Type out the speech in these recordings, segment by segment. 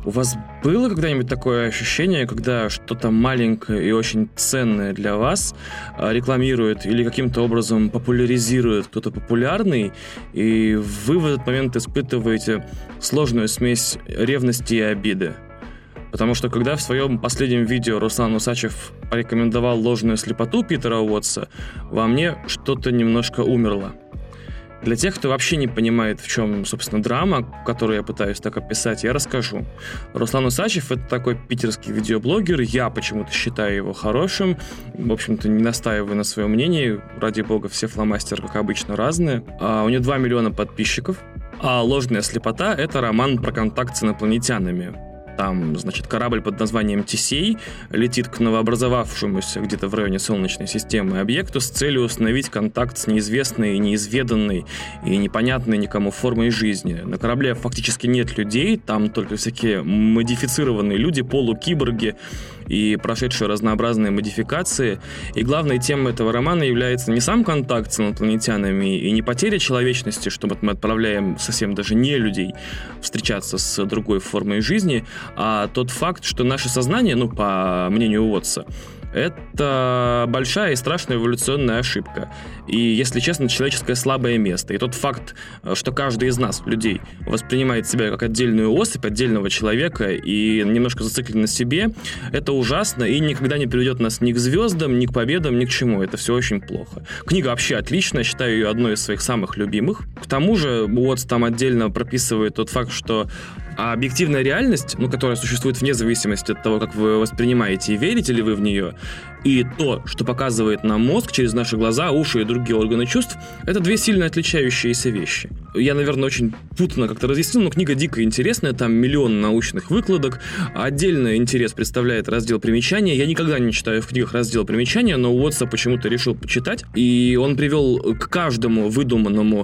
У вас было когда-нибудь такое ощущение, когда что-то маленькое и очень ценное для вас рекламирует или каким-то образом популяризирует кто-то популярный, и вы в этот момент испытываете сложную смесь ревности и обиды? Потому что когда в своем последнем видео Руслан Усачев порекомендовал ложную слепоту Питера Уотса, во мне что-то немножко умерло. Для тех, кто вообще не понимает, в чем, собственно, драма, которую я пытаюсь так описать, я расскажу. Руслан Усачев — это такой питерский видеоблогер, я почему-то считаю его хорошим, в общем-то, не настаиваю на своем мнении, ради бога, все фломастеры, как обычно, разные. У него 2 миллиона подписчиков, а «Ложная слепота» — это роман про контакт с инопланетянами. Там, значит, корабль под названием «Тесей» летит к новообразовавшемуся где-то в районе Солнечной системы объекту с целью установить контакт с неизвестной, неизведанной и непонятной никому формой жизни. На корабле фактически нет людей, там только всякие модифицированные люди, полукиборги и прошедшие разнообразные модификации. И главной темой этого романа является не сам контакт с инопланетянами и не потеря человечности, что мы отправляем совсем даже не людей встречаться с другой формой жизни, а тот факт, что наше сознание, по мнению Уотса, это большая и страшная эволюционная ошибка. И, если честно, человеческое слабое место. И тот факт, что каждый из нас, людей, воспринимает себя как отдельную особь, отдельного человека и немножко зациклен на себе, это ужасно и никогда не приведет нас ни к звездам, ни к победам, ни к чему. Это все очень плохо. Книга вообще отличная, считаю ее одной из своих самых любимых. К тому же Уотс там отдельно прописывает тот факт, что объективная реальность, которая существует вне зависимости от того, как вы воспринимаете и верите ли вы в нее, и то, что показывает нам мозг через наши глаза, уши и другие органы чувств, это 2 сильно отличающиеся вещи. Я, наверное, очень путанно как-то разъяснил, но книга дико интересная, там миллион научных выкладок, отдельный интерес представляет раздел примечания. Я никогда не читаю в книгах раздел примечания, но Уотса почему-то решил почитать, и он привел к каждому выдуманному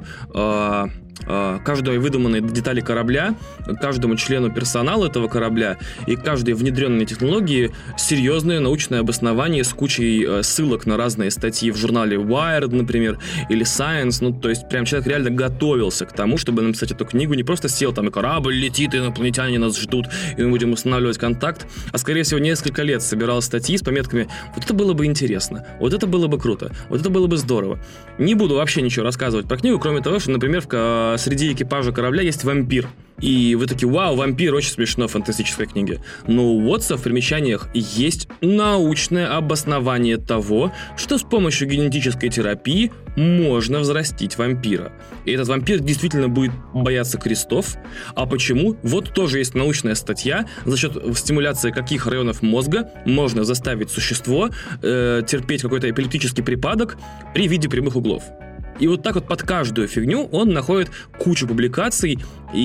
каждой выдуманной детали корабля, каждому члену персонала этого корабля и каждой внедренной технологии серьезное научное обоснование с кучей ссылок на разные статьи в журнале Wired, например, или Science. То есть прям человек реально готовился к тому, чтобы написать эту книгу. Не просто сел там, и корабль летит, и инопланетяне нас ждут, и мы будем устанавливать контакт, а скорее всего несколько лет собирал статьи с пометками: вот это было бы интересно, вот это было бы круто, вот это было бы здорово. Не буду вообще ничего рассказывать про книгу, кроме того, что, например, среди экипажа корабля есть вампир. И вы такие: вау, вампир, очень смешно в фантастической книге. Но у Уотса в примечаниях есть научное обоснование того, что с помощью генетической терапии можно взрастить вампира. И этот вампир действительно будет бояться крестов. А почему? Вот тоже есть научная статья, за счет стимуляции каких районов мозга можно заставить существо терпеть какой-то эпилептический припадок при виде прямых углов. И вот так вот под каждую фигню он находит кучу публикаций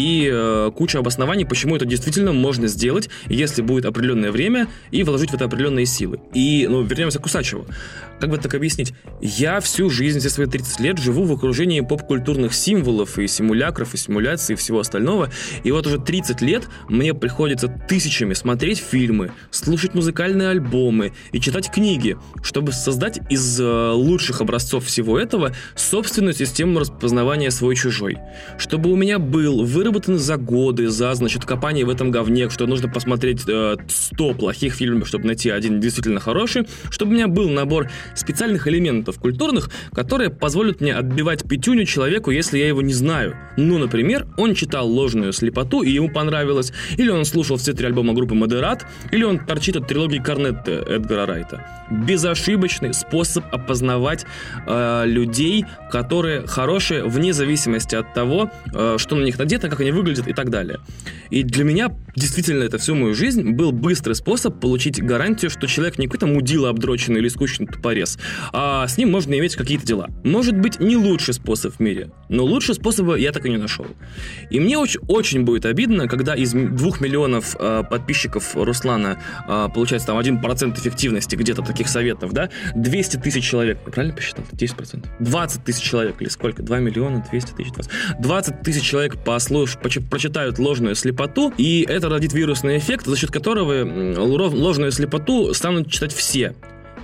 и кучу обоснований, почему это действительно можно сделать, если будет определенное время и вложить в это определенные силы. И, вернемся к Усачеву. Как бы так объяснить? Я всю жизнь, все свои 30 лет живу в окружении поп-культурных символов и симулякров, и симуляций, и всего остального. И вот уже 30 лет мне приходится тысячами смотреть фильмы, слушать музыкальные альбомы и читать книги, чтобы создать из лучших образцов всего этого собственную систему распознавания свой-чужой. Чтобы у меня был выработан за годы, за, копание в этом говне, что нужно посмотреть 100 плохих фильмов, чтобы найти один действительно хороший, чтобы у меня был набор специальных элементов культурных, которые позволят мне отбивать пятюню человеку, если я его не знаю. Например, он читал «Ложную слепоту» и ему понравилось, или он слушал все 3 альбома группы Модерат, или он торчит от трилогии Корнетте Эдгара Райта. Безошибочный способ опознавать людей, которые хорошие вне зависимости от того, что на них надето, как они выглядят и так далее. И для меня действительно это всю мою жизнь был быстрый способ получить гарантию, что человек не какой-то мудила обдроченный или скучный тупорез, а с ним можно иметь какие-то дела. Может быть, не лучший способ в мире, но лучшего способа я так и не нашел. И мне очень будет обидно, когда из 2 миллионов подписчиков Руслана получается там 1% эффективности где-то таких советов, да, 200 тысяч человек, я правильно посчитал? 10%? 20 тысяч человек или сколько? 2 миллиона 200 тысяч, 20 тысяч человек прочитают «Ложную слепоту», и это родит вирусный эффект, за счет которого «Ложную слепоту» станут читать все.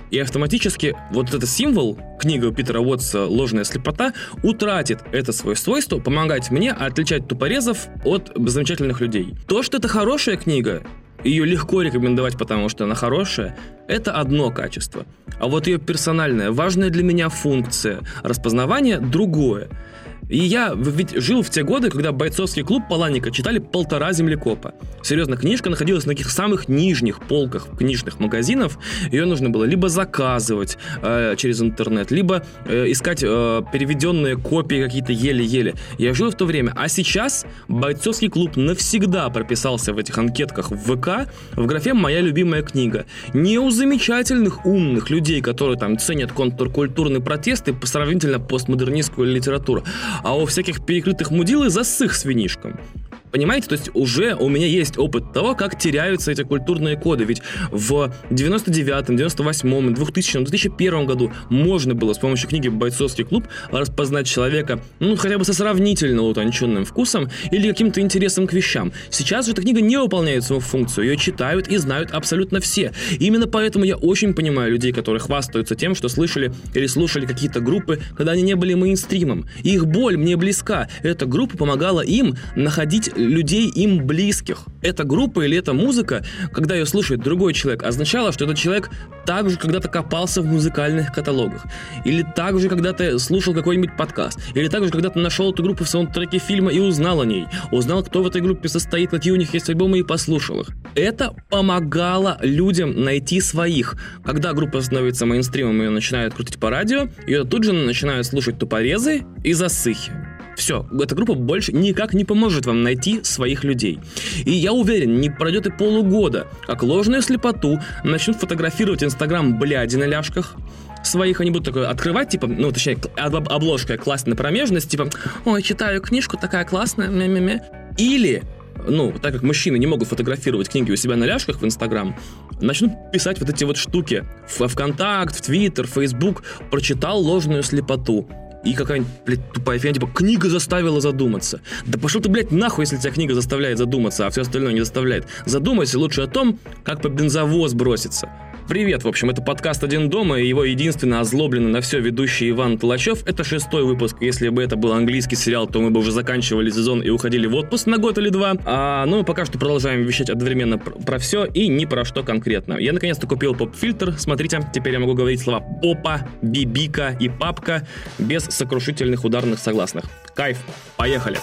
И автоматически вот этот символ, книга Питера Уотса «Ложная слепота», утратит это свое свойство помогать мне отличать тупорезов от замечательных людей. То, что это хорошая книга, ее легко рекомендовать, потому что она хорошая, это одно качество. А вот ее персональная, важная для меня функция распознавания – другое. И я ведь жил в те годы, когда «Бойцовский клуб» Паланика читали 1,5 землекопа. Серьезно, книжка находилась на таких самых нижних полках книжных магазинов. Ее нужно было либо заказывать через интернет, либо искать переведенные копии какие-то еле-еле. Я жил в то время. А сейчас «Бойцовский клуб» навсегда прописался в этих анкетках в ВК в графе «Моя любимая книга». Не у замечательных умных людей, которые там ценят контркультурный протест и сравнительно постмодернистскую литературу, а у всяких перекрытых мудил и засых с винишком. Понимаете? То есть уже у меня есть опыт того, как теряются эти культурные коды. Ведь в 99-м, 98-м, 2000-м, 2001 году можно было с помощью книги «Бойцовский клуб» распознать человека, хотя бы со сравнительно утонченным вкусом или каким-то интересом к вещам. Сейчас же эта книга не выполняет свою функцию. Ее читают и знают абсолютно все. И именно поэтому я очень понимаю людей, которые хвастаются тем, что слышали или слушали какие-то группы, когда они не были мейнстримом. И их боль мне близка. Эта группа помогала им находить людей им близких. Эта группа или эта музыка, когда ее слушает другой человек, означало, что этот человек также когда-то копался в музыкальных каталогах, или также когда-то слушал какой-нибудь подкаст, или также когда-то нашел эту группу в саундтреке фильма и узнал о ней, узнал, кто в этой группе состоит, какие у них есть альбомы, и послушал их. Это помогало людям найти своих. Когда группа становится мейнстримом, ее начинают крутить по радио, ее тут же начинают слушать тупорезы и засыхи. Все, эта группа больше никак не поможет вам найти своих людей. И я уверен, не пройдет и полугода, как ложную слепоту начнут фотографировать Инстаграм бляди на ляжках своих, они будут такое открывать, типа, точнее, обложка классная промежность, типа, ой, читаю книжку, такая классная, мя-мя-мя. Или, так как мужчины не могут фотографировать книги у себя на ляжках в Инстаграм, начнут писать вот эти вот штуки в ВКонтакт, в Твиттер, в Фейсбук, прочитал ложную слепоту. И какая-нибудь, тупая фигня, типа, книга заставила задуматься. Да пошел ты, нахуй, если тебя книга заставляет задуматься, а все остальное не заставляет. Задумайся лучше о том, как по бензовоз броситься. Привет, в общем, это подкаст «Один дома», и его единственно озлобленный на все ведущий Иван Толачев. Это 6-й выпуск. Если бы это был английский сериал, то мы бы уже заканчивали сезон и уходили в отпуск на год или два. Мы пока что продолжаем вещать одновременно про все и ни про что конкретно. Я наконец-то купил поп-фильтр. Смотрите, теперь я могу говорить слова «попа», «бибика» и «папка» без сокрушительных ударных согласных. Кайф, поехали!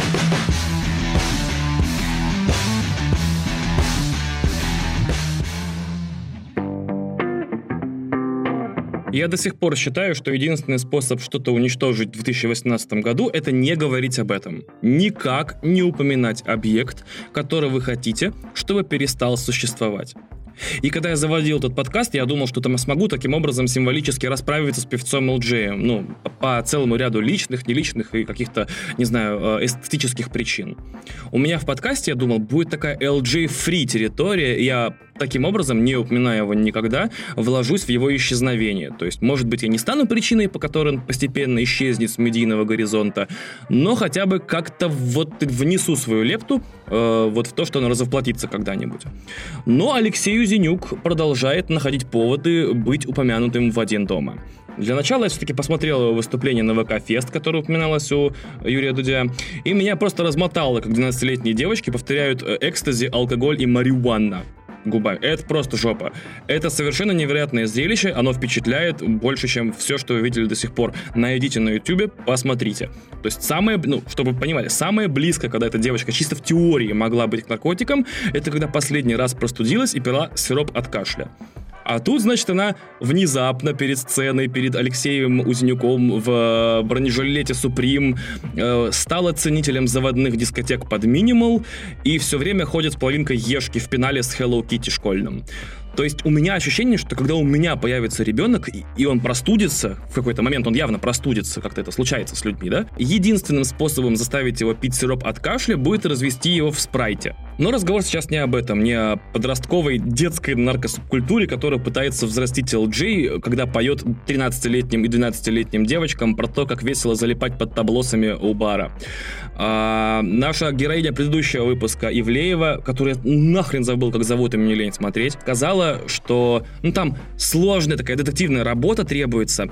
Я до сих пор считаю, что единственный способ что-то уничтожить в 2018 году – это не говорить об этом. Никак не упоминать объект, который вы хотите, чтобы перестал существовать. И когда я заводил этот подкаст, я думал, что там смогу таким образом символически расправиться с певцом LJ, по целому ряду личных, неличных и каких-то, не знаю, эстетических причин. У меня в подкасте, я думал, будет такая LJ-free территория, и я таким образом, не упоминая его никогда, вложусь в его исчезновение. То есть, может быть, я не стану причиной, по которой он постепенно исчезнет с медийного горизонта, но хотя бы как-то внесу свою лепту в то, что он разовоплотится когда-нибудь. Но Алексей Узенюк продолжает находить поводы быть упомянутым в «Один дома». Для начала я все-таки посмотрел его выступление на ВК-фест, которое упоминалось у Юрия Дудя, и меня просто размотало, как 12-летние девочки повторяют экстази, алкоголь и марихуана губами. Это просто жопа. Это совершенно невероятное зрелище, оно впечатляет больше, чем все, что вы видели до сих пор. Найдите на ютубе, посмотрите. То есть чтобы вы понимали, самое близкое, когда эта девочка чисто в теории могла быть к наркотикам, это когда последний раз простудилась и пила сироп от кашля. А тут, значит, она внезапно перед сценой, перед Алексеем Узенюком в бронежилете Supreme стала ценителем заводных дискотек под минимал и все время ходит с половинкой ешки в пенале с Hello Kitty школьным. То есть у меня ощущение, что когда у меня появится ребенок, и он простудится, в какой-то момент он явно простудится, как-то это случается с людьми, да? Единственным способом заставить его пить сироп от кашля будет развести его в спрайте. Но разговор сейчас не об этом, не о подростковой детской наркосубкультуре, которая пытается взрастить LJ, когда поет 13-летним и 12-летним девочкам про то, как весело залипать под таблосами у бара. Наша героиня предыдущего выпуска, Ивлеева, которую я нахрен забыл, как зовут, и мне лень смотреть, сказала сказала, что там сложная такая детективная работа требуется.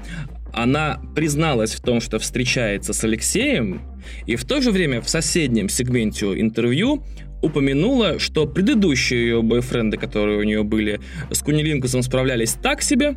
Она призналась в том, что встречается с Алексеем, и в то же время в соседнем сегменте интервью упомянула, что предыдущие ее бойфренды, которые у нее были, с кунилингусом справлялись так себе,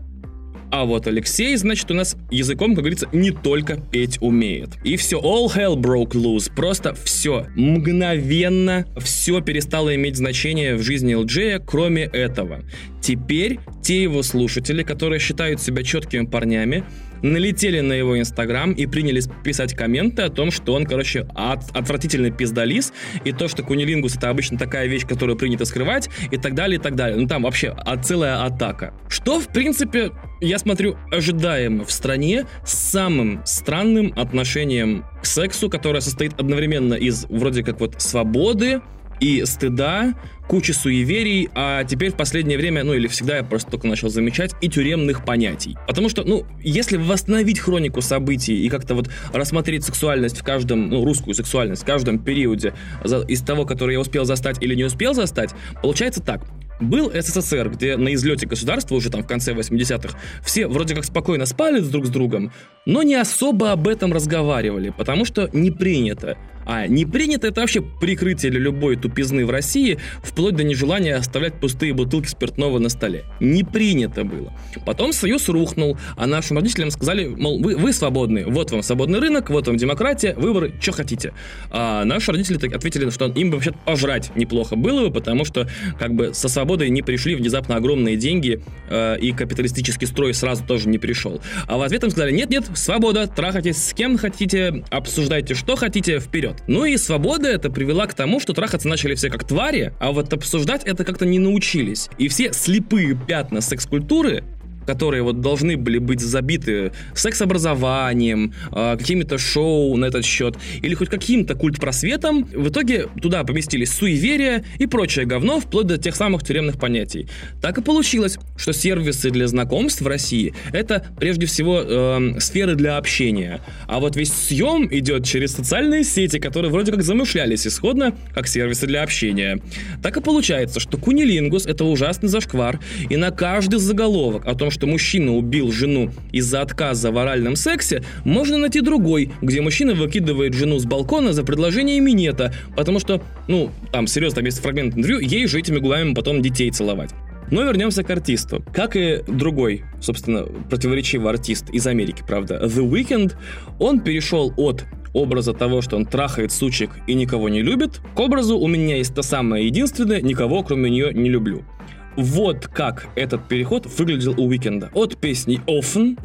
а вот Алексей, значит, у нас языком, как говорится, не только петь умеет. И все, all hell broke loose. Просто все, мгновенно все перестало иметь значение в жизни Элджея, кроме этого. Теперь те его слушатели, которые считают себя четкими парнями, налетели на его Инстаграм и принялись писать комменты о том, что он, отвратительный пиздолиз, и то, что кунилингус — это обычно такая вещь, которую принято скрывать, и так далее, и так далее. Там вообще целая атака. Что, в принципе, я смотрю, ожидаемо в стране с самым странным отношением к сексу, которое состоит одновременно из вроде как свободы и стыда, кучи суеверий, а теперь в последнее время, или всегда я просто только начал замечать, и тюремных понятий. Потому что, если восстановить хронику событий и как-то рассмотреть сексуальность в каждом, русскую сексуальность в каждом периоде из того, который я успел застать или не успел застать, получается так. Был СССР, где на излете государства уже в конце 80-х все вроде как спокойно спали друг с другом, но не особо об этом разговаривали, потому что не принято. А не принято — это вообще прикрытие для любой тупизны в России, вплоть до нежелания оставлять пустые бутылки спиртного на столе. Не принято было. Потом Союз рухнул, а нашим родителям сказали, мол, вы свободны, вот вам свободный рынок, вот вам демократия, выборы, что хотите. А наши родители ответили, что им вообще пожрать неплохо было бы, потому что со свободой не пришли внезапно огромные деньги, и капиталистический строй сразу тоже не пришел. А в ответ им сказали, нет, свобода, трахайтесь с кем хотите, обсуждайте что хотите, вперед. И свобода это привела к тому, что трахаться начали все как твари, а обсуждать это как-то не научились. И все слепые пятна секс-культуры, которые должны были быть забиты секс-образованием, какими-то шоу на этот счет, или хоть каким-то культпросветом, в итоге туда поместились суеверия и прочее говно, вплоть до тех самых тюремных понятий. Так и получилось, что сервисы для знакомств в России — это прежде всего сферы для общения. А весь съем идет через социальные сети, которые вроде как замышлялись исходно как сервисы для общения. Так и получается, что кунилингус — это ужасный зашквар, и на каждый заголовок о том, что мужчина убил жену из-за отказа в оральном сексе, можно найти другой, где мужчина выкидывает жену с балкона за предложение минета, потому что, серьезно, там есть фрагмент интервью, ей же этими губами потом детей целовать. Но вернемся к артисту. Как и другой, собственно, противоречивый артист из Америки, правда, The Weeknd, он перешел от образа того, что он трахает сучек и никого не любит, к образу «у меня есть та самая единственная, никого кроме нее не люблю». Вот как этот переход выглядел у Уикенда. От песни Often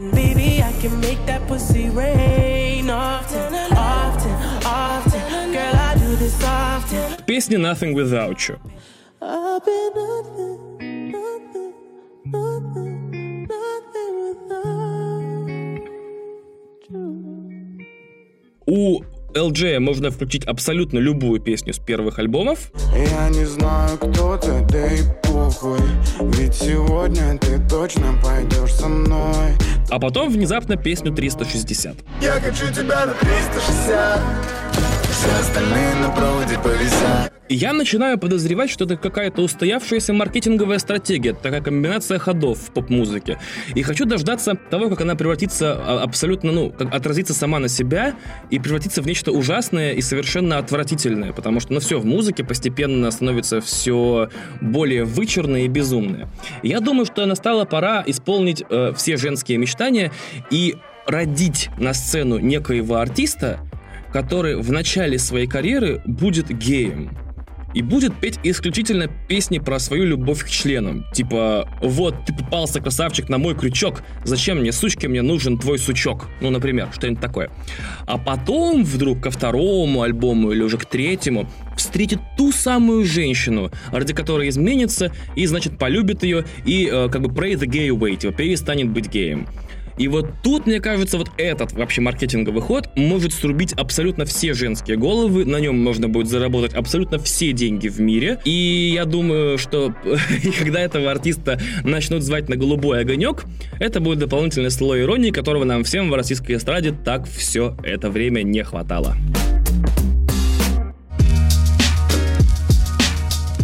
к песне Nothing Without You. У Элджея можно включить абсолютно любую песню с первых альбомов. Я не знаю, кто ты, да и похуй, ведь сегодня ты точно пойдешь со мной. А потом внезапно песню 360. Я хочу тебя на 360, все остальные на проводе повисят. И я начинаю подозревать, что это какая-то устоявшаяся маркетинговая стратегия, такая комбинация ходов в поп-музыке. И хочу дождаться того, как она превратится абсолютно, как отразится сама на себя и превратится в нечто ужасное и совершенно отвратительное. Потому что, все в музыке постепенно становится все более вычурное и безумное. И я думаю, что настала пора исполнить все женские мечтания и родить на сцену некоего артиста, который в начале своей карьеры будет геем. И будет петь исключительно песни про свою любовь к членам. Типа, вот, ты попался, красавчик, на мой крючок. Зачем мне, сучке, мне нужен твой сучок. Например, что-нибудь такое. А потом вдруг ко второму альбому или уже к третьему встретит ту самую женщину, ради которой изменится и, значит, полюбит ее и pray the gay away, типа, перестанет быть геем. И тут, мне кажется, этот вообще маркетинговый ход может срубить абсолютно все женские головы, на нем можно будет заработать абсолютно все деньги в мире. И я думаю, что когда этого артиста начнут звать на голубой огонек, это будет дополнительный слой иронии, которого нам всем в российской эстраде так все это время не хватало.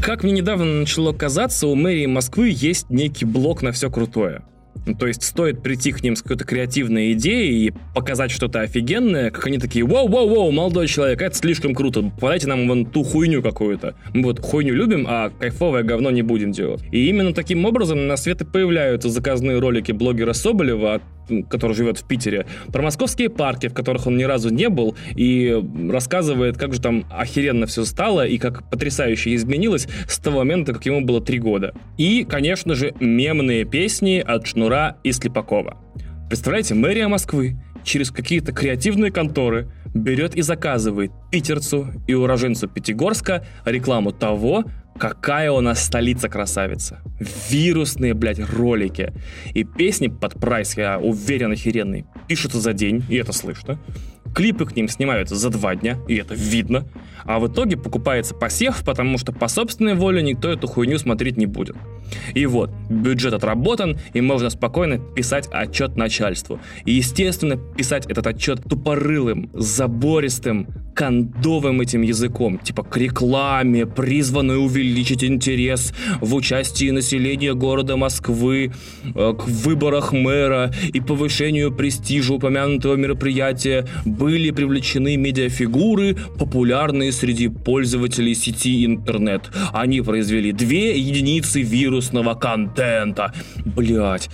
Как мне недавно начало казаться, у мэрии Москвы есть некий блок на все крутое. То есть стоит прийти к ним с какой-то креативной идеей и показать что-то офигенное, как они такие: воу, молодой человек, это слишком круто, подайте нам вон ту хуйню какую-то. Мы вот хуйню любим, а кайфовое говно не будем делать. И именно таким образом на свет и появляются заказные ролики блогера Соболева, который живет в Питере, про московские парки, в которых он ни разу не был, и рассказывает, как же там охеренно все стало и как потрясающе изменилось с того момента, как ему было 3 года. И, конечно же, мемные песни от Шнура и Слепакова. Представляете, мэрия Москвы через какие-то креативные конторы берет и заказывает питерцу и уроженцу Пятигорска рекламу того, какая у нас столица-красавица. Вирусные, блядь, ролики. И песни под прайс, я уверен, охеренные, пишутся за день, и это слышно. Клипы к ним снимаются за 2 дня, и это видно. А в итоге покупается посев, потому что по собственной воле никто эту хуйню смотреть не будет. И вот, бюджет отработан, и можно спокойно писать отчет начальству. И, естественно, писать этот отчет тупорылым, забористым, кондовым этим языком, типа к рекламе, призванной увеличить интерес в участии населения города Москвы, к выборах мэра и повышению престижа упомянутого мероприятия были привлечены медиафигуры, популярные среди пользователей сети интернет. Они произвели 2 единицы вирусного контента. Блять.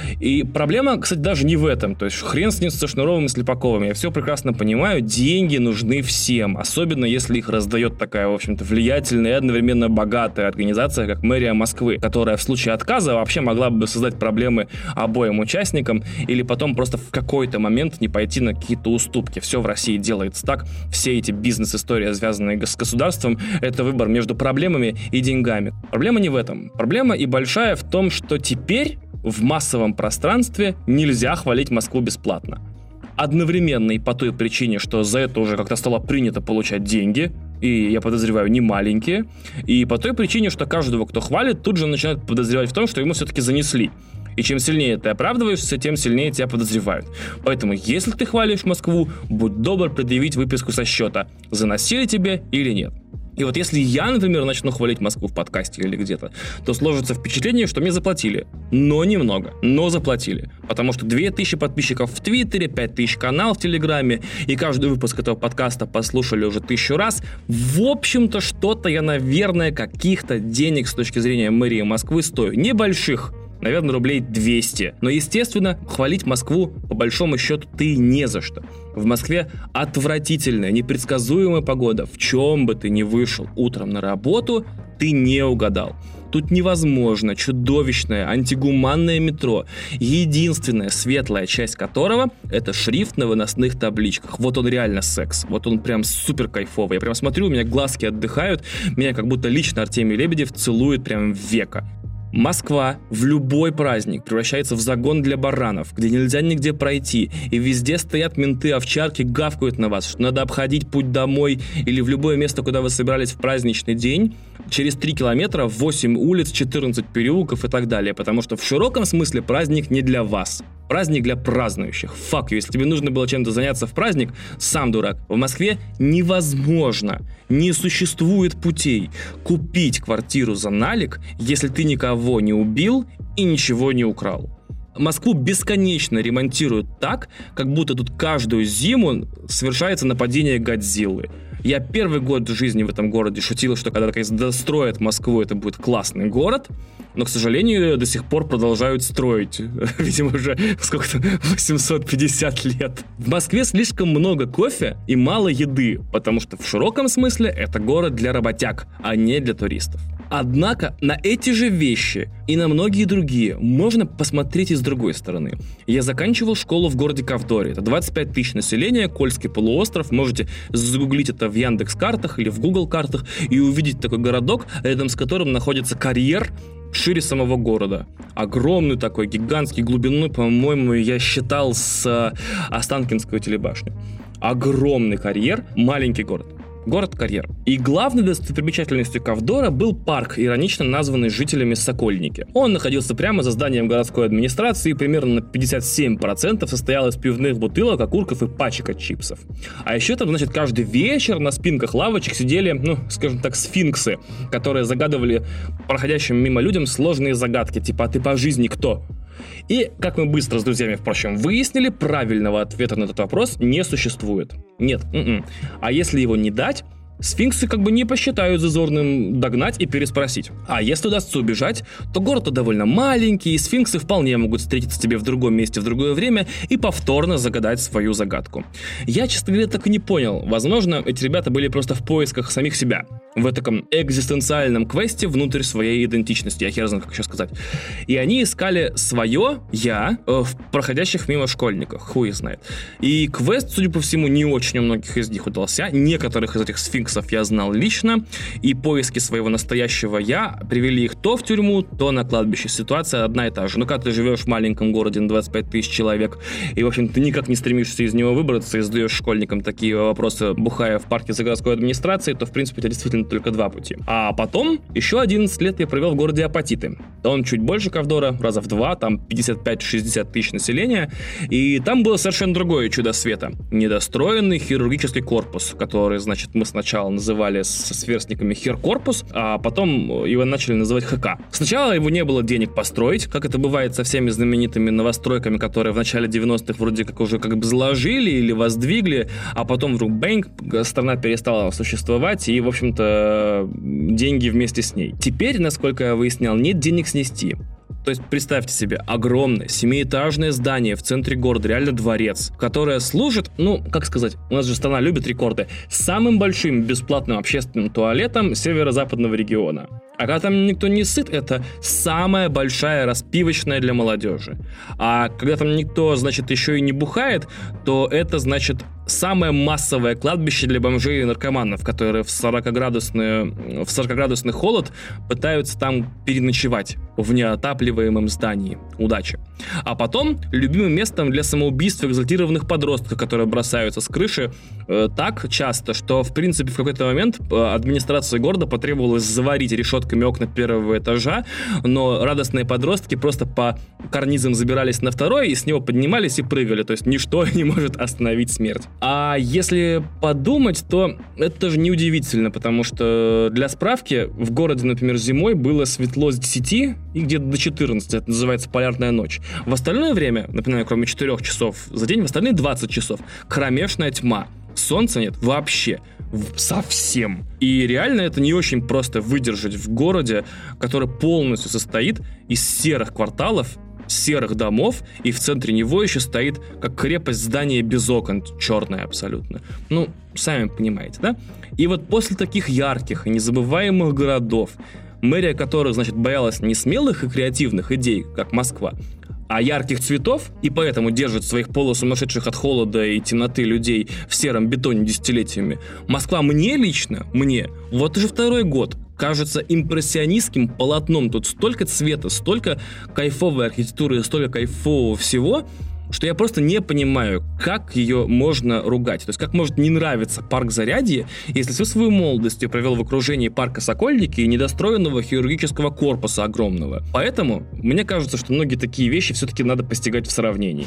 И проблема, кстати, даже не в этом. То есть хрен с ним со Шнуровым и Слепаковым. Я все прекрасно понимаю. Деньги нужны всем. Особенно, если их раздает такая, в общем-то, влиятельная и одновременно богатая организация, как мэрия Москвы, которая в случае отказа вообще могла бы создать проблемы обоим участникам или потом просто в какой-то момент не пойти на какие-то уступки. Все в России делается так. Все эти бизнес-истории, связанные с государством, это выбор между проблемами и деньгами. Проблема не в этом. Проблема и большая в том, что теперь в массовом пространстве нельзя хвалить Москву бесплатно. Одновременно и по той причине, что за это уже как-то стало принято получать деньги, и, я подозреваю, не маленькие, и по той причине, что каждого, кто хвалит, тут же начинают подозревать в том, что ему все-таки занесли. И чем сильнее ты оправдываешься, тем сильнее тебя подозревают. Поэтому, если ты хвалишь Москву, будь добр предъявить выписку со счета, заносили тебе или нет. И вот если я, например, начну хвалить Москву в подкасте или где-то, то сложится впечатление, что мне заплатили. Но немного, но заплатили. Потому что 2000 подписчиков в Твиттере, 5000 канал в Телеграме, и каждый выпуск этого подкаста послушали уже 1000 раз. В общем-то, что-то я, наверное, каких-то денег с точки зрения мэрии Москвы стою. Небольших. Наверное, рублей 200. Но, естественно, хвалить Москву, по большому счету, ты не за что. В Москве отвратительная, непредсказуемая погода. В чем бы ты ни вышел утром на работу, ты не угадал. Тут невозможно чудовищное антигуманное метро, единственная светлая часть которого — это шрифт на выносных табличках. Вот он реально секс, вот он прям супер кайфовый. Я прям смотрю, у меня глазки отдыхают, меня как будто лично Артемий Лебедев целует прям в веко. Москва в любой праздник превращается в загон для баранов, где нельзя нигде пройти, и везде стоят менты-овчарки, гавкают на вас, что надо обходить путь домой или в любое место, куда вы собирались в праздничный день, через 3 километра, 8 улиц, 14 переулков и так далее, потому что в широком смысле праздник не для вас. Праздник для празднующих. Fuck you. Если тебе нужно было чем-то заняться в праздник, сам дурак. В Москве невозможно, не существует путей купить квартиру за налик, если ты никого не убил и ничего не украл. Москву бесконечно ремонтируют так, как будто тут каждую зиму совершается нападение Годзиллы. Я первый год жизни в этом городе шутил, что когда наконец достроят Москву, это будет классный город, но, к сожалению, до сих пор продолжают строить. Видимо, уже сколько-то 850 лет. В Москве слишком много кофе и мало еды, потому что в широком смысле это город для работяг, а не для туристов. Однако на эти же вещи и на многие другие можно посмотреть и с другой стороны. Я заканчивал школу в городе Ковдоре. Это 25 тысяч населения, Кольский полуостров. Можете загуглить это в Яндекс.Картах или в Google.Картах и увидеть такой городок, рядом с которым находится карьер шире самого города. Огромный такой, гигантский, глубиной, по-моему, я считал с Останкинскую телебашню. Огромный карьер, маленький город. город карьер. И главной достопримечательностью Ковдора был парк, иронично названный жителями Сокольники. Он находился прямо за зданием городской администрации и примерно на 57% состоял из пивных бутылок, окурков и пачек от чипсов. А еще там, значит, каждый вечер на спинках лавочек сидели, скажем так, сфинксы, которые загадывали проходящим мимо людям сложные загадки, типа «А ты по жизни кто?». И, как мы быстро с друзьями, впрочем, выяснили, правильного ответа на этот вопрос не существует. Нет. А если его не дать, сфинксы как бы не посчитают зазорным догнать и переспросить. А если удастся убежать, то город-то довольно маленький, и сфинксы вполне могут встретиться тебе в другом месте в другое время и повторно загадать свою загадку. Я, честно говоря, так и не понял. Возможно, эти ребята были просто в поисках самих себя. В таком экзистенциальном квесте внутрь своей идентичности, я хер знаю, как еще сказать. И они искали свое «я» в проходящих мимо школьниках, хуй знает. И квест, судя по всему, не очень у многих из них удался. Некоторых из этих сфинксов я знал лично, и поиски своего настоящего «я» привели их то в тюрьму, то на кладбище. Ситуация одна и та же. Когда ты живешь в маленьком городе на 25 тысяч человек, и, в общем, ты никак не стремишься из него выбраться, и задаешь школьникам такие вопросы, бухая в парке за городской администрацией, то, в принципе, это действительно только два пути. А потом еще 11 лет я провел в городе Апатиты. Он чуть больше Ковдора, раза в 2, там 55-60 тысяч населения, и там было совершенно другое чудо света. Недостроенный хирургический корпус, который, значит, мы сначала называли со сверстниками хиркорпус, а потом его начали называть ХК. Сначала его не было денег построить, как это бывает со всеми знаменитыми новостройками, которые в начале 90-х вроде как уже как бы заложили или воздвигли, а потом вдруг бэнк, страна перестала существовать, и, в общем-то, деньги вместе с ней. Теперь, насколько я выяснял, нет денег снести. То есть, представьте себе, огромное семиэтажное здание в центре города, реально дворец, которое служит, как сказать, у нас же страна любит рекорды, самым большим бесплатным общественным туалетом северо-западного региона. А когда там никто не сыт, это самая большая распивочная для молодежи. А когда там никто, значит, еще и не бухает, то это, значит, самое массовое кладбище для бомжей и наркоманов, которые в 40-градусный холод пытаются там переночевать в неотапливаемом здании. Удачи. А потом любимым местом для самоубийств экзальтированных подростков, которые бросаются с крыши так часто, что, в принципе, в какой-то момент администрации города потребовалось заварить решетками окна первого этажа, но радостные подростки просто по карнизам забирались на второй и с него поднимались и прыгали, то есть ничто не может остановить смерть. А если подумать, то это же неудивительно, потому что для справки в городе, например, зимой было светло с 10 и где-то до 14, это называется полярная ночь. В остальное время, например, кроме 4 часов за день, в остальные 20 часов кромешная тьма. Солнца нет вообще. Совсем. И реально это не очень просто выдержать в городе, который полностью состоит из серых кварталов, серых домов, и в центре него еще стоит как крепость здание без окон, черное абсолютно. Сами понимаете, да? И вот после таких ярких и незабываемых городов, мэрия которых, значит, боялась не смелых и креативных идей, как Москва, а ярких цветов, и поэтому держит своих полусумасшедших от холода и темноты людей в сером бетоне десятилетиями, Москва мне лично, вот уже второй год, кажется импрессионистским полотном. Тут столько цвета, столько кайфовой архитектуры, столько кайфового всего, что я просто не понимаю, как ее можно ругать. То есть, как может не нравиться парк Зарядье, если всю свою молодость я провел в окружении парка Сокольники и недостроенного хирургического корпуса огромного. Поэтому мне кажется, что многие такие вещи все-таки надо постигать в сравнении.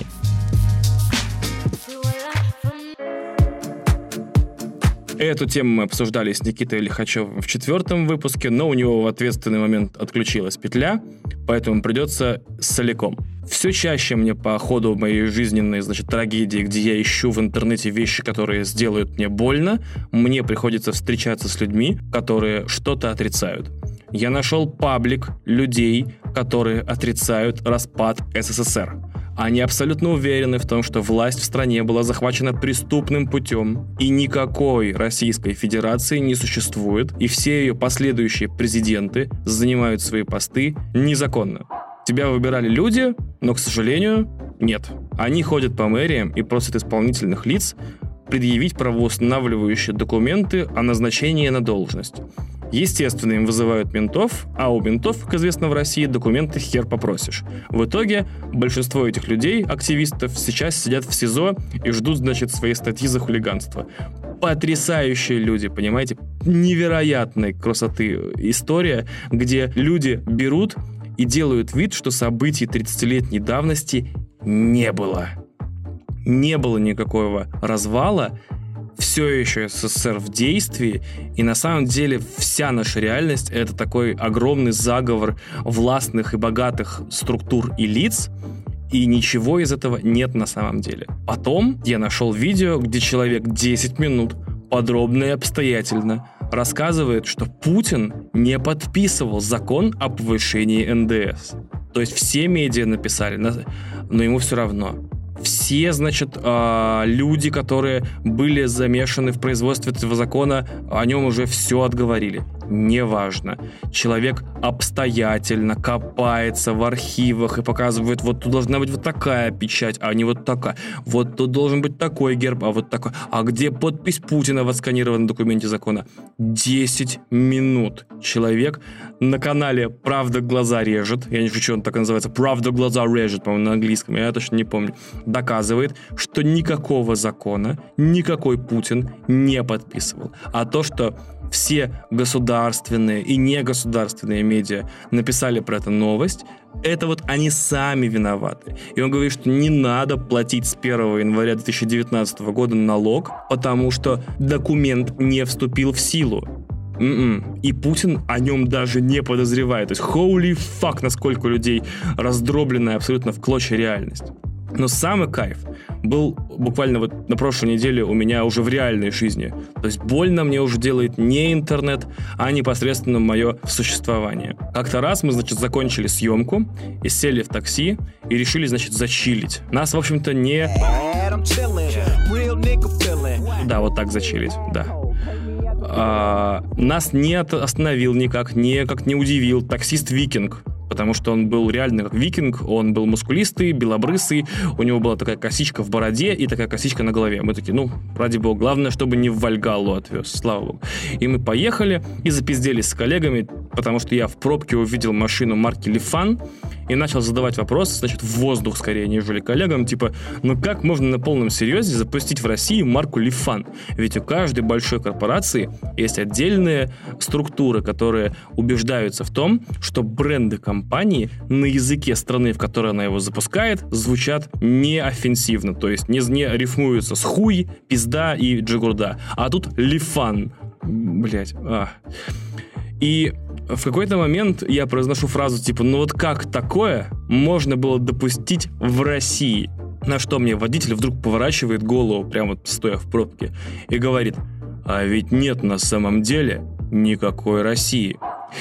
Эту тему мы обсуждали с Никитой Лихачевым в 4-м выпуске, но у него в ответственный момент отключилась петля, поэтому придется целиком. Все чаще мне по ходу моей жизненной, трагедии, где я ищу в интернете вещи, которые сделают мне больно, мне приходится встречаться с людьми, которые что-то отрицают. Я нашел паблик людей, которые отрицают распад СССР. Они абсолютно уверены в том, что власть в стране была захвачена преступным путем, и никакой Российской Федерации не существует, и все ее последующие президенты занимают свои посты незаконно. Тебя выбирали люди, но, к сожалению, нет. Они ходят по мэриям и просят исполнительных лиц предъявить правоустанавливающие документы о назначении на должность. Естественно, им вызывают ментов, а у ментов, как известно в России, документы хер попросишь. В итоге большинство этих людей, активистов, сейчас сидят в СИЗО и ждут, своей статьи за хулиганство. потрясающие люди, понимаете? Невероятной красоты история, где люди берут и делают вид, что событий 30-летней давности не было. Не было никакого развала, все еще СССР в действии, и на самом деле вся наша реальность — это такой огромный заговор властных и богатых структур и лиц, и ничего из этого нет на самом деле. Потом я нашел видео, где человек 10 минут подробно и обстоятельно рассказывает, что Путин не подписывал закон о повышении НДС. То есть все медиа написали, но ему все равно. Все, значит, люди, которые были замешаны в производстве этого закона, о нем уже все отговорили. Неважно. Человек обстоятельно копается в архивах и показывает, вот тут должна быть вот такая печать, а не вот такая. Вот тут должен быть такой герб, а вот такой. А где подпись Путина в отсканированном документе закона? 10 минут. Человек на канале «Правда глаза режет», я не шучу, он так и называется, «Правда глаза режет», по-моему, на английском, я точно не помню, доказывает, что никакого закона никакой Путин не подписывал. А то, что все государственные и негосударственные медиа написали про эту новость, это вот они сами виноваты. И он говорит, что не надо платить с 1 января 2019 года налог, потому что документ не вступил в силу. И Путин о нем даже не подозревает. То есть, holy fuck, насколько у людей раздробленная абсолютно в клочья реальность. Но самый кайф был буквально вот на прошлой неделе у меня уже в реальной жизни. То есть больно мне уже делает не интернет, а непосредственно мое существование. Как-то раз мы, значит, закончили съемку и сели в такси и решили, значит, зачилить. Нас, в общем-то, не... Да, вот так зачилить, да. Нас не остановил никак не удивил таксист Викинг. Потому что он был реально как викинг, он был мускулистый, белобрысый, у него была такая косичка в бороде и такая косичка на голове. Мы такие, ну, ради бога, главное, чтобы не в Вальгаллу отвез, слава богу. И мы поехали и запизделись с коллегами, потому что я в пробке увидел машину марки Лифан и начал задавать вопросы, значит, в воздух скорее, нежели коллегам, типа, ну как можно на полном серьезе запустить в России марку Лифан? Ведь у каждой большой корпорации есть отдельные структуры, которые убеждаются в том, что бренды компании на языке страны, в которой она его запускает, звучат не офенсивно, то есть не рифмуются с хуй, пизда и джигурда. А тут Лифан. Блять. И в какой-то момент я произношу фразу типа, ну вот как такое можно было допустить в России? На что мне водитель вдруг поворачивает голову, прямо вот стоя в пробке, и говорит, а ведь нет на самом деле никакой России.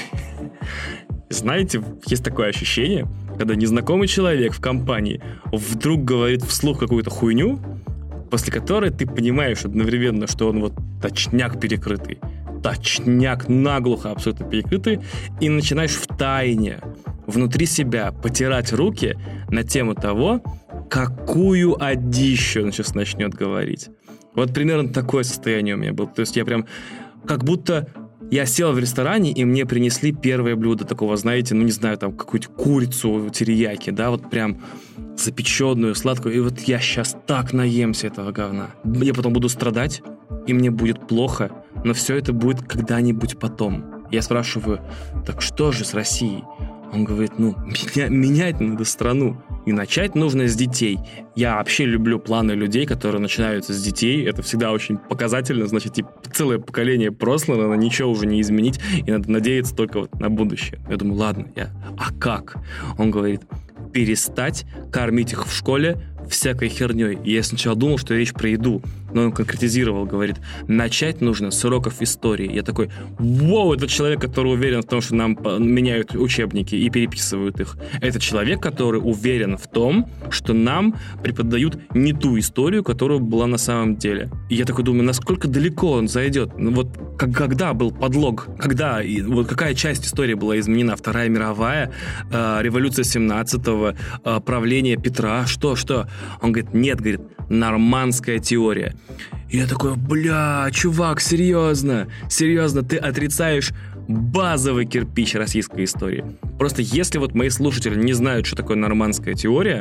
Знаете, есть такое ощущение, когда незнакомый человек в компании вдруг говорит вслух какую-то хуйню, после которой ты понимаешь одновременно, что он вот точняк перекрытый, точняк наглухо абсолютно перекрытый, и начинаешь втайне внутри себя потирать руки на тему того, какую одищу он сейчас начнет говорить. Вот примерно такое состояние у меня было. То есть я прям как будто... Я сел в ресторане, и мне принесли первое блюдо такого, знаете, ну не знаю, там какую-то курицу терияки, да, вот прям запеченную, сладкую, и вот я сейчас так наемся этого говна. Я потом буду страдать, и мне будет плохо, но все это будет когда-нибудь потом. Я спрашиваю, так что же с Россией? Он говорит, ну, менять надо страну. И начать нужно с детей. Я вообще люблю планы людей, которые начинаются с детей. Это всегда очень показательно. Значит, типа, целое поколение прослано, ничего уже не изменить, и надо надеяться только вот на будущее. Я думаю, ладно, а как? Он говорит, перестать кормить их в школе всякой херней. И я сначала думал, что речь про еду, но он конкретизировал, говорит, начать нужно с уроков истории. Я такой, вау, это человек, который уверен в том, что нам меняют учебники и переписывают их. Это человек, который уверен в том, что нам преподают не ту историю, которая была на самом деле. И я такой думаю, насколько далеко он зайдет? Ну вот когда был подлог? Когда? И вот какая часть истории была изменена? Вторая мировая? Революция 17-го? Правление Петра? Что? Он говорит, нет, говорит, нормандская теория. И я такой, бля, чувак, серьезно, ты отрицаешь базовый кирпич российской истории. Просто если вот мои слушатели не знают, что такое нормандская теория,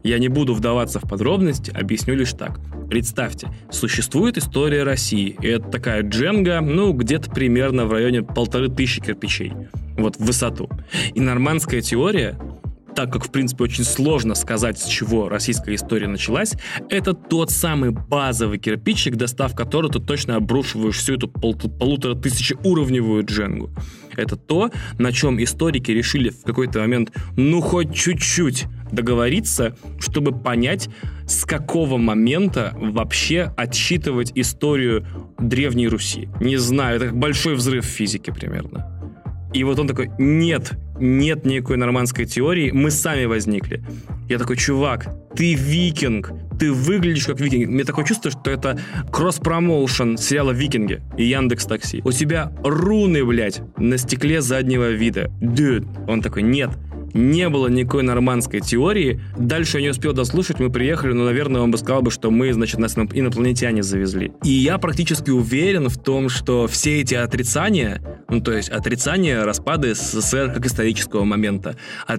Я не буду вдаваться в подробности, объясню лишь так. Представьте, существует история России, и это такая дженга, где-то примерно в районе 1500 кирпичей, в высоту. И нормандская теория, так как, в принципе, очень сложно сказать, с чего российская история началась, это тот самый базовый кирпичик, достав который ты точно обрушиваешь всю эту 1500-уровневую дженгу. Это то, на чем историки решили в какой-то момент, хоть чуть-чуть договориться, чтобы понять, с какого момента вообще отсчитывать историю Древней Руси. Не знаю, это как большой взрыв в физике примерно. И вот он такой, нет никакой нормандской теории, мы сами возникли. Я такой, чувак, ты викинг, ты выглядишь как викинг. Мне такое чувство, что это кросс-промоушен сериала «Викинги» и Яндекс.Такси. У тебя руны, блядь, на стекле заднего вида. Dude. Он такой, нет, не было никакой нормандской теории. Дальше я не успел дослушать, мы приехали, наверное, он бы сказал, что мы, значит, нас инопланетяне завезли. И я практически уверен в том, что все эти отрицания, то есть отрицание распада СССР как исторического момента,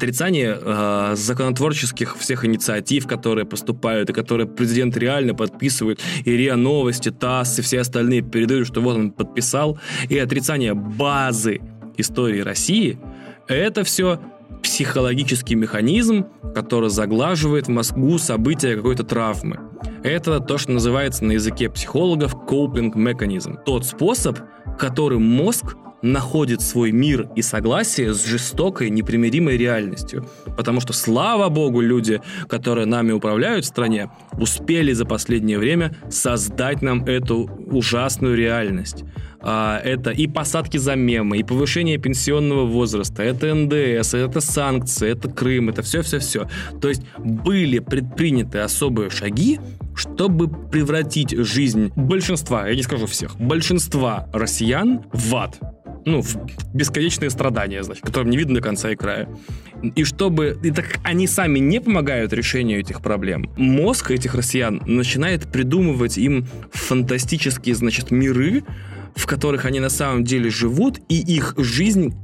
отрицание законотворческих всех инициатив, которые поступают, и которые президент реально подписывает, и РИА Новости, ТАСС и все остальные передают, что вот он подписал, и отрицание базы истории России, это все психологический механизм, который заглаживает в мозгу события какой-то травмы. Это то, что называется на языке психологов coping mechanism. Тот способ, которым мозг находит свой мир и согласие с жестокой, непримиримой реальностью. Потому что, слава богу, люди, которые нами управляют в стране, успели за последнее время создать нам эту ужасную реальность. Это и посадки за мемы, и повышение пенсионного возраста, это НДС, это санкции, это Крым, это все-все-все. То есть были предприняты особые шаги, чтобы превратить жизнь большинства, я не скажу всех, большинства россиян в ад. В бесконечные страдания, значит, которым не видно до конца и края. И так как они сами не помогают решению этих проблем, мозг этих россиян начинает придумывать им фантастические, значит, миры, в которых они на самом деле живут, и их жизнь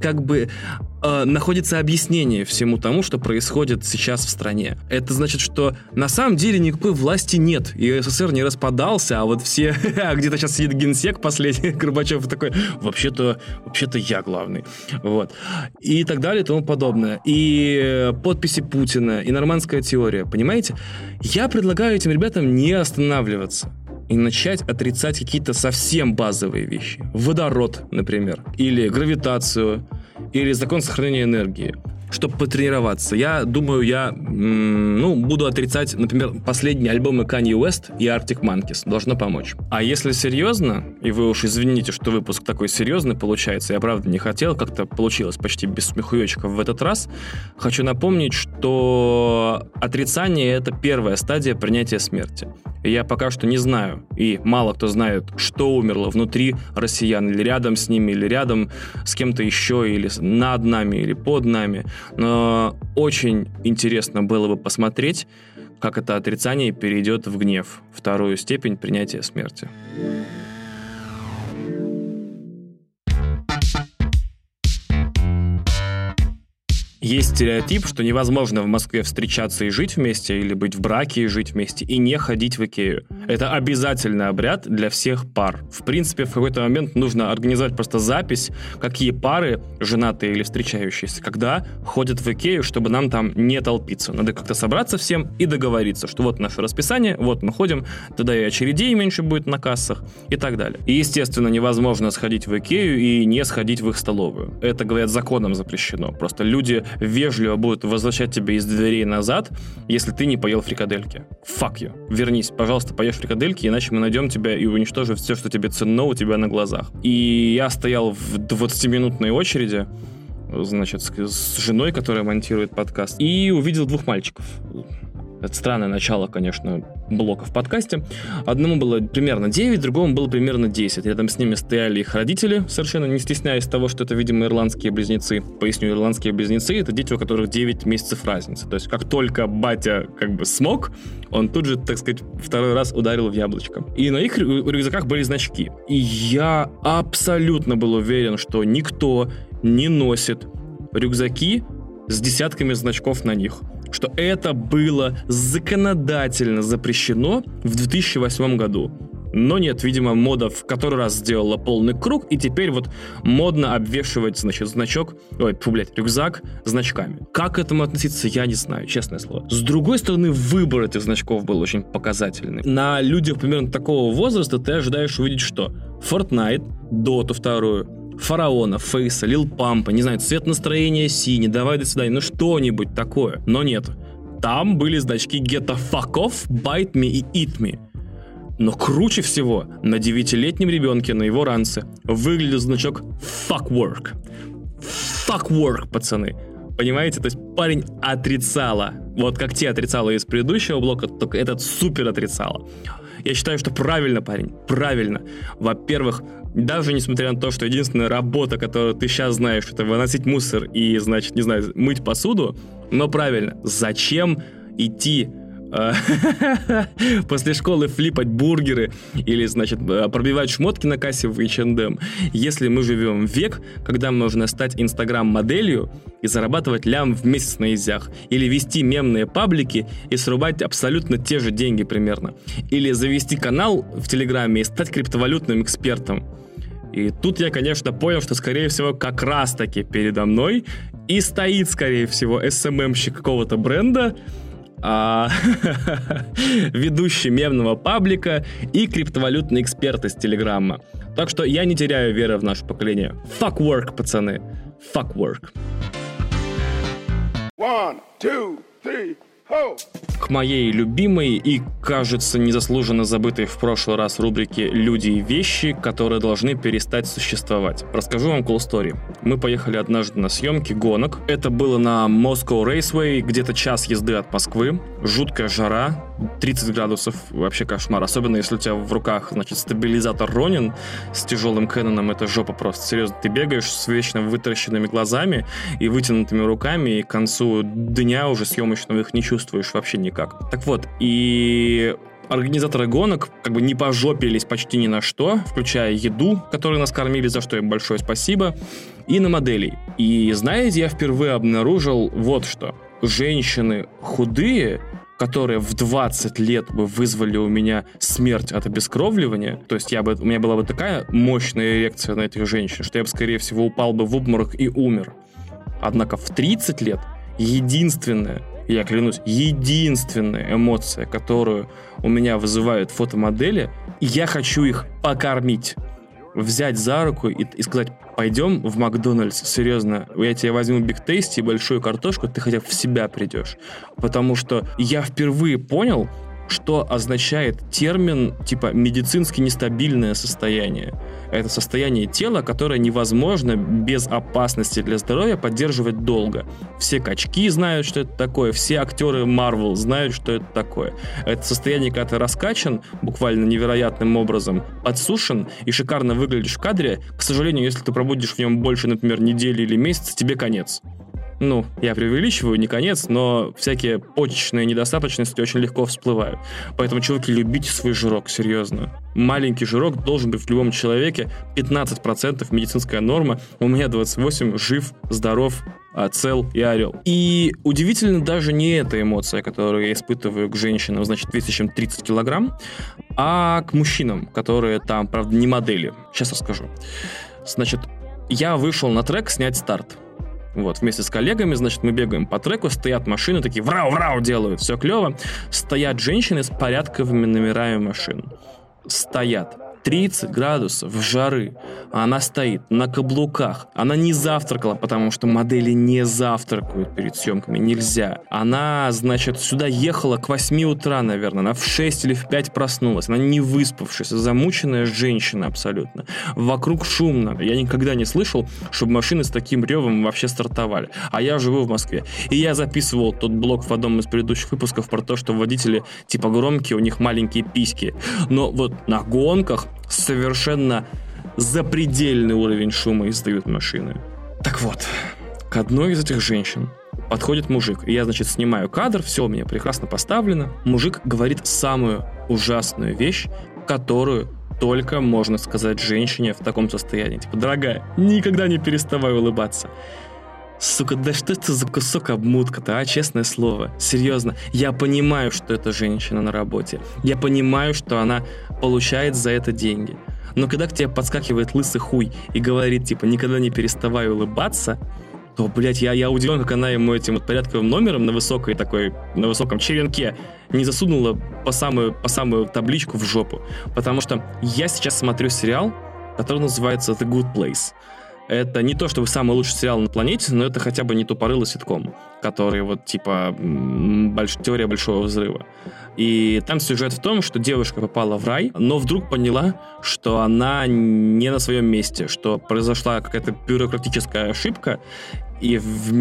находится объяснение всему тому, что происходит сейчас в стране. Это значит, что на самом деле никакой власти нет, и СССР не распадался, а вот все... Где-то сейчас сидит генсек последний, Горбачев такой, вообще-то я главный. Вот. И так далее, и тому подобное. И подписи Путина, и нормандская теория, понимаете? Я предлагаю этим ребятам не останавливаться и начать отрицать какие-то совсем базовые вещи. Водород, например, или гравитацию, или закон сохранения энергии, чтобы потренироваться. Я думаю, я буду отрицать, например, последние альбомы Kanye West и Arctic Monkeys. Должно помочь. А если серьезно, и вы уж извините, что выпуск такой серьезный получается, я правда не хотел, как-то получилось почти без смехуёчков в этот раз, хочу напомнить, что отрицание — это первая стадия принятия смерти. И я пока что не знаю, и мало кто знает, что умерло внутри россиян, или рядом с ними, или рядом с кем-то еще, или над нами, или под нами. Но очень интересно было бы посмотреть, как это отрицание перейдет в гнев, вторую степень принятия смерти. Есть стереотип, что невозможно в Москве встречаться и жить вместе, или быть в браке и жить вместе, и не ходить в Икею. Это обязательный обряд для всех пар. В принципе, в какой-то момент нужно организовать просто запись, какие пары, женатые или встречающиеся, когда ходят в Икею, чтобы нам там не толпиться. Надо как-то собраться всем и договориться, что вот наше расписание, вот мы ходим, тогда и очередей меньше будет на кассах и так далее. И, естественно, невозможно сходить в Икею и не сходить в их столовую. Это, говорят, законом запрещено. Просто люди вежливо будут возвращать тебя из дверей назад, если ты не поел фрикадельки. Fuck you. Вернись, пожалуйста, поешь фрикадельки, иначе мы найдем тебя и уничтожим все, что тебе ценно у тебя на глазах. И я стоял в 20-минутной очереди, значит, с женой, которая монтирует подкаст, и увидел двух мальчиков. Это странное начало, конечно, блока в подкасте. Одному было примерно 9, другому было примерно 10. Рядом с ними стояли их родители, совершенно не стесняясь того, что это, видимо, ирландские близнецы. Поясню, ирландские близнецы — это дети, у которых 9 месяцев разницы. То есть, как только батя смог, он тут же, так сказать, второй раз ударил в яблочко. И на их рюкзаках были значки. И я абсолютно был уверен, что никто не носит рюкзаки с десятками значков на них. что это было законодательно запрещено в 2008 году. Но нет, видимо, мода в который раз сделала полный круг, и теперь вот модно обвешивать, значит, рюкзак значками. Как к этому относиться, я не знаю, честное слово. С другой стороны, выбор этих значков был очень показательный. На людях примерно такого возраста ты ожидаешь увидеть что? Fortnite, Доту вторую, Фараона, Фейса, Лил Пампа, не знаю, цвет настроения синий, давай до свидания, ну что-нибудь такое. Но нет. Там были значки Get the fuck off, Bite me и Eat me. Но круче всего на 9-летнем ребенке на его ранце выглядел значок Fuck work. Fuck work, пацаны. Понимаете? То есть парень отрицала. Вот как те отрицала из предыдущего блока, только этот супер отрицала. Я считаю, что правильно, парень, правильно. Во-первых, даже несмотря на то, что единственная работа, которую ты сейчас знаешь, это выносить мусор и, значит, не знаю, мыть посуду, но правильно, зачем идти после школы флипать бургеры или, значит, пробивать шмотки на кассе в H&M, если мы живем в век, когда можно стать инстаграм-моделью и зарабатывать лям в месяц на изях, или вести мемные паблики и срубать абсолютно те же деньги примерно, или завести канал в Телеграме и стать криптовалютным экспертом. И тут я, конечно, понял, что, скорее всего, как раз-таки передо мной и стоит, скорее всего, SMM-щик какого-то бренда, ведущий мемного паблика и криптовалютный эксперт из Телеграма. Так что я не теряю веры в наше поколение. Fuck work, пацаны. Fuck work. 1, 2, 3, ho! К моей любимой и, кажется, незаслуженно забытой в прошлый раз рубрике «Люди и вещи, которые должны перестать существовать». Расскажу вам cool story. Мы поехали однажды на съемки гонок. Это было на Moscow Raceway, где-то час езды от Москвы. Жуткая жара, 30 градусов, вообще кошмар. Особенно, если у тебя в руках, значит, стабилизатор Ronin с тяжелым Кэноном, это жопа просто. Серьезно, ты бегаешь с вечно вытаращенными глазами и вытянутыми руками, и к концу дня уже съемочного их не чувствуешь вообще никак. Так вот, и организаторы гонок как бы не пожопились почти ни на что, включая еду, которую нас кормили, за что им большое спасибо, и на моделей. И знаете, я впервые обнаружил вот что. Женщины худые, которые в 20 лет бы вызвали у меня смерть от обескровливания, то есть у меня была бы такая мощная эрекция на этих женщин, что я бы, скорее всего, упал бы в обморок и умер. Однако в 30 лет единственная, я клянусь, единственная эмоция, которую у меня вызывают фотомодели, я хочу их покормить. Взять за руку и сказать: пойдем в Макдональдс, серьезно, я тебе возьму Биг Тейсти и большую картошку, ты хотя бы в себя придешь. Потому что я впервые понял, что означает термин типа медицински нестабильное состояние. Это состояние тела, которое невозможно без опасности для здоровья поддерживать долго. Все качки знают, что это такое, все актеры Marvel знают, что это такое. Это состояние, когда ты раскачан буквально невероятным образом, подсушен и шикарно выглядишь в кадре. К сожалению, если ты пробудешь в нем больше, например, недели или месяца, тебе конец. Ну, я преувеличиваю, не конец, но всякие почечные недостаточности очень легко всплывают. Поэтому, чуваки, любите свой жирок, серьезно. Маленький жирок должен быть в любом человеке. 15% медицинская норма. У меня 28, жив, здоров, цел и орел. И удивительно даже не эта эмоция, которую я испытываю к женщинам, значит, весящим 30 килограмм, а к мужчинам, которые там, правда, не модели. Сейчас расскажу. Значит, я вышел на трек снять старт. Вот, вместе с коллегами, значит, мы бегаем по треку, стоят машины, такие врау-врау делают, все клево. Стоят женщины с порядковыми номерами машин. Стоят. 30 градусов жары. Она стоит на каблуках. Она не завтракала, потому что модели не завтракают перед съемками. Нельзя. Она, значит, сюда ехала к 8 утра, наверное. Она в 6 или в 5 проснулась. Она не выспавшаяся, замученная женщина абсолютно. Вокруг шумно. Я никогда не слышал, чтобы машины с таким ревом вообще стартовали. А я живу в Москве. И я записывал тот блог в одном из предыдущих выпусков про то, что водители типа громкие, у них маленькие письки. Но вот на гонках совершенно запредельный уровень шума издают машины. Так вот, к одной из этих женщин подходит мужик. И я, значит, снимаю кадр, все у меня прекрасно поставлено. Мужик говорит самую ужасную вещь, которую только можно сказать женщине в таком состоянии. Типа: дорогая, никогда не переставай улыбаться. Сука, да что это за кусок обмутка-то, честное слово. Серьезно, я понимаю, что это женщина на работе. Я понимаю, что она получает за это деньги. Но когда к тебе подскакивает лысый хуй и говорит, типа, никогда не переставай улыбаться, то, блядь, я удивлен, как она ему этим вот порядковым номером на высоком черенке не засунула по самую табличку в жопу. Потому что я сейчас смотрю сериал, который называется The Good Place. Это не то, чтобы самый лучший сериал на планете, но это хотя бы не тупорылый ситком, который вот типа теория большого взрыва. И там сюжет в том, что девушка попала в рай, но вдруг поняла, что она не на своем месте, что произошла какая-то бюрократическая ошибка, и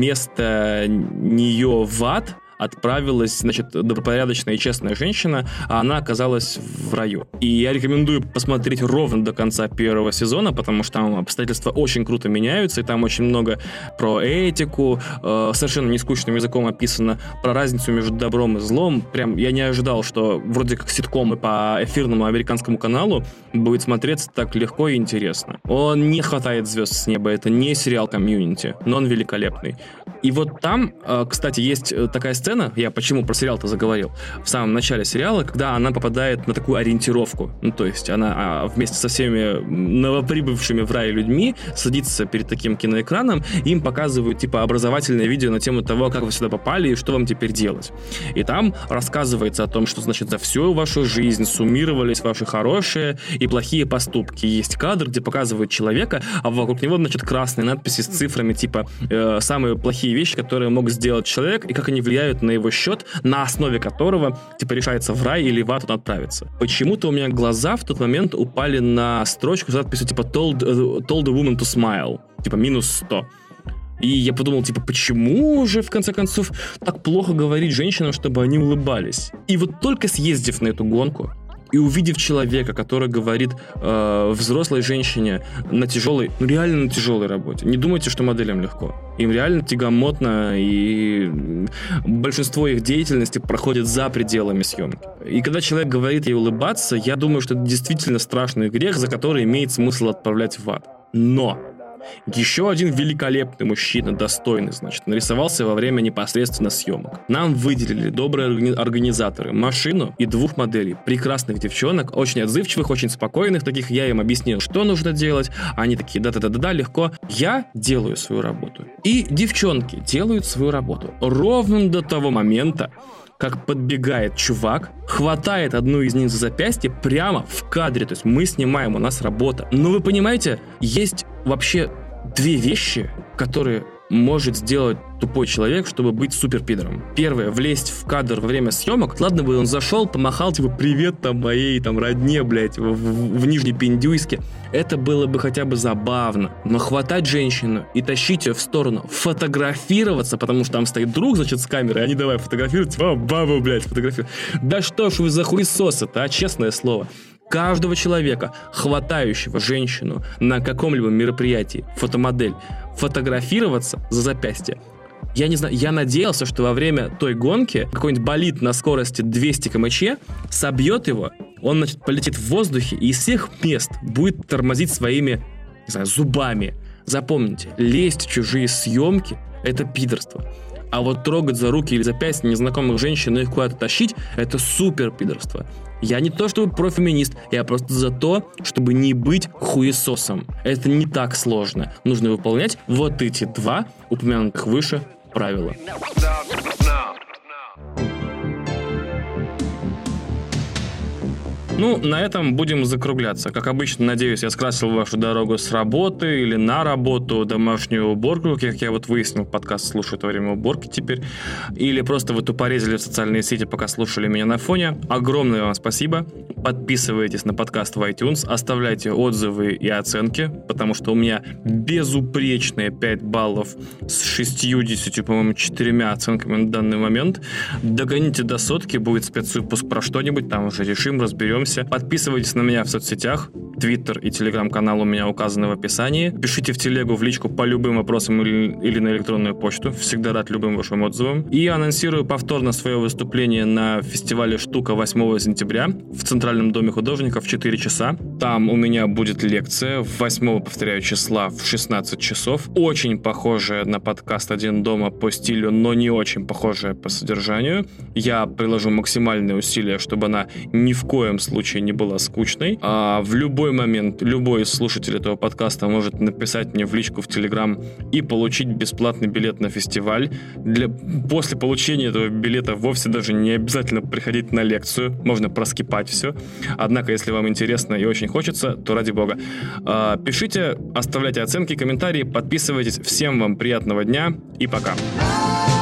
вместо нее в ад отправилась, значит, добропорядочная и честная женщина, а она оказалась в раю. И я рекомендую посмотреть ровно до конца первого сезона, потому что там обстоятельства очень круто меняются, и там очень много про этику, совершенно не скучным языком описано, про разницу между добром и злом. Прям я не ожидал, что вроде как ситком и по эфирному американскому каналу будет смотреться так легко и интересно. Он не хватает звезд с неба, это не сериал «Комьюнити», но он великолепный. И вот там, кстати, есть такая сцена, я почему про сериал-то заговорил, в самом начале сериала, когда она попадает на такую ориентировку. Ну, то есть она вместе со всеми новоприбывшими в рай людьми садится перед таким киноэкраном, и им показывают, типа, образовательное видео на тему того, как вы сюда попали и что вам теперь делать. И там рассказывается о том, что, значит, за всю вашу жизнь суммировались ваши хорошие и плохие поступки. Есть кадр, где показывают человека, а вокруг него, значит, красные надписи с цифрами, типа, самые плохие вещи, которые мог сделать человек, и как они влияют на его счет, на основе которого, типа, решается в рай или в ад он отправится. Почему-то у меня глаза в тот момент упали на строчку с надписью, типа, told a woman to smile, типа, -100. И я подумал, типа, почему же, в конце концов, так плохо говорить женщинам, чтобы они улыбались? И вот только съездив на эту гонку, и увидев человека, который говорит взрослой женщине на тяжелой, ну реально на тяжелой работе. Не думайте, что моделям легко. Им реально тягомотно, и большинство их деятельности проходит за пределами съемки. И когда человек говорит ей улыбаться, я думаю, что это действительно страшный грех, за который имеет смысл отправлять в ад. Но еще один великолепный мужчина, достойный, значит, нарисовался во время непосредственно съемок. Нам выделили добрые организаторы машину и 2 моделей, прекрасных девчонок, очень отзывчивых, очень спокойных таких. Я им объяснил, что нужно делать. Они такие, да-да-да-да, легко. Я делаю свою работу. И девчонки делают свою работу. Ровно до того момента, как подбегает чувак, хватает одну из них за запястье прямо в кадре. То есть мы снимаем, у нас работа. Но вы понимаете, есть вообще 2 вещи, которые может сделать тупой человек, чтобы быть суперпидором. Первое, влезть в кадр во время съемок. Ладно бы он зашел, помахал, типа, привет там моей там родне, блядь, в Нижнепиндюйске. Это было бы хотя бы забавно. Но хватать женщину и тащить ее в сторону, фотографироваться, потому что там стоит друг, значит, с камерой, они давай фотографировать, бабу, блядь, фотографируют. Да что ж вы за хуесосы-то, честное слово. Каждого человека, хватающего женщину на каком-либо мероприятии, фотомодель, фотографироваться за запястье. Я не знаю, я надеялся, что во время той гонки какой-нибудь болид на скорости 200 км/ч собьет его, он, значит, полетит в воздухе и из всех мест будет тормозить своими, не знаю, зубами. Запомните, лезть в чужие съемки – это пидорство. А вот трогать за руки или запястья незнакомых женщин и их куда-то тащить – это супер пидорство. Я не то чтобы профеминист, я просто за то, чтобы не быть хуесосом. Это не так сложно. Нужно выполнять вот эти 2 упомянутых выше правила. Ну, на этом будем закругляться. Как обычно, надеюсь, я скрасил вашу дорогу с работы или на работу, домашнюю уборку, как я вот выяснил, подкаст слушают во время уборки теперь, или просто вы тупорезали в социальные сети, пока слушали меня на фоне. Огромное вам спасибо. Подписывайтесь на подкаст в iTunes, оставляйте отзывы и оценки, потому что у меня безупречные 5 баллов с 60, по-моему, 4 оценками на данный момент. Догоните до 100, будет спецвыпуск про что-нибудь, там уже решим, разберемся. Подписывайтесь на меня в соцсетях, Твиттер и Телеграм-канал у меня указаны в описании. Пишите в телегу, в личку по любым вопросам или на электронную почту. Всегда рад любым вашим отзывам. И анонсирую повторно свое выступление на фестивале «Штука» 8 сентября в Центральном доме художников в 4 часа. Там у меня будет лекция 8, повторяю, числа в 16 часов. Очень похожая на подкаст «Один дома» по стилю, но не очень похожая по содержанию. Я приложу максимальные усилия, чтобы она ни в коем случае не была скучной. А в любой момент любой слушатель этого подкаста может написать мне в личку в Телеграм и получить бесплатный билет на фестиваль. После получения этого билета вовсе даже не обязательно приходить на лекцию. Можно проскипать все. Однако, если вам интересно и очень хочется, то ради бога. Пишите, оставляйте оценки, комментарии, подписывайтесь. Всем вам приятного дня и пока.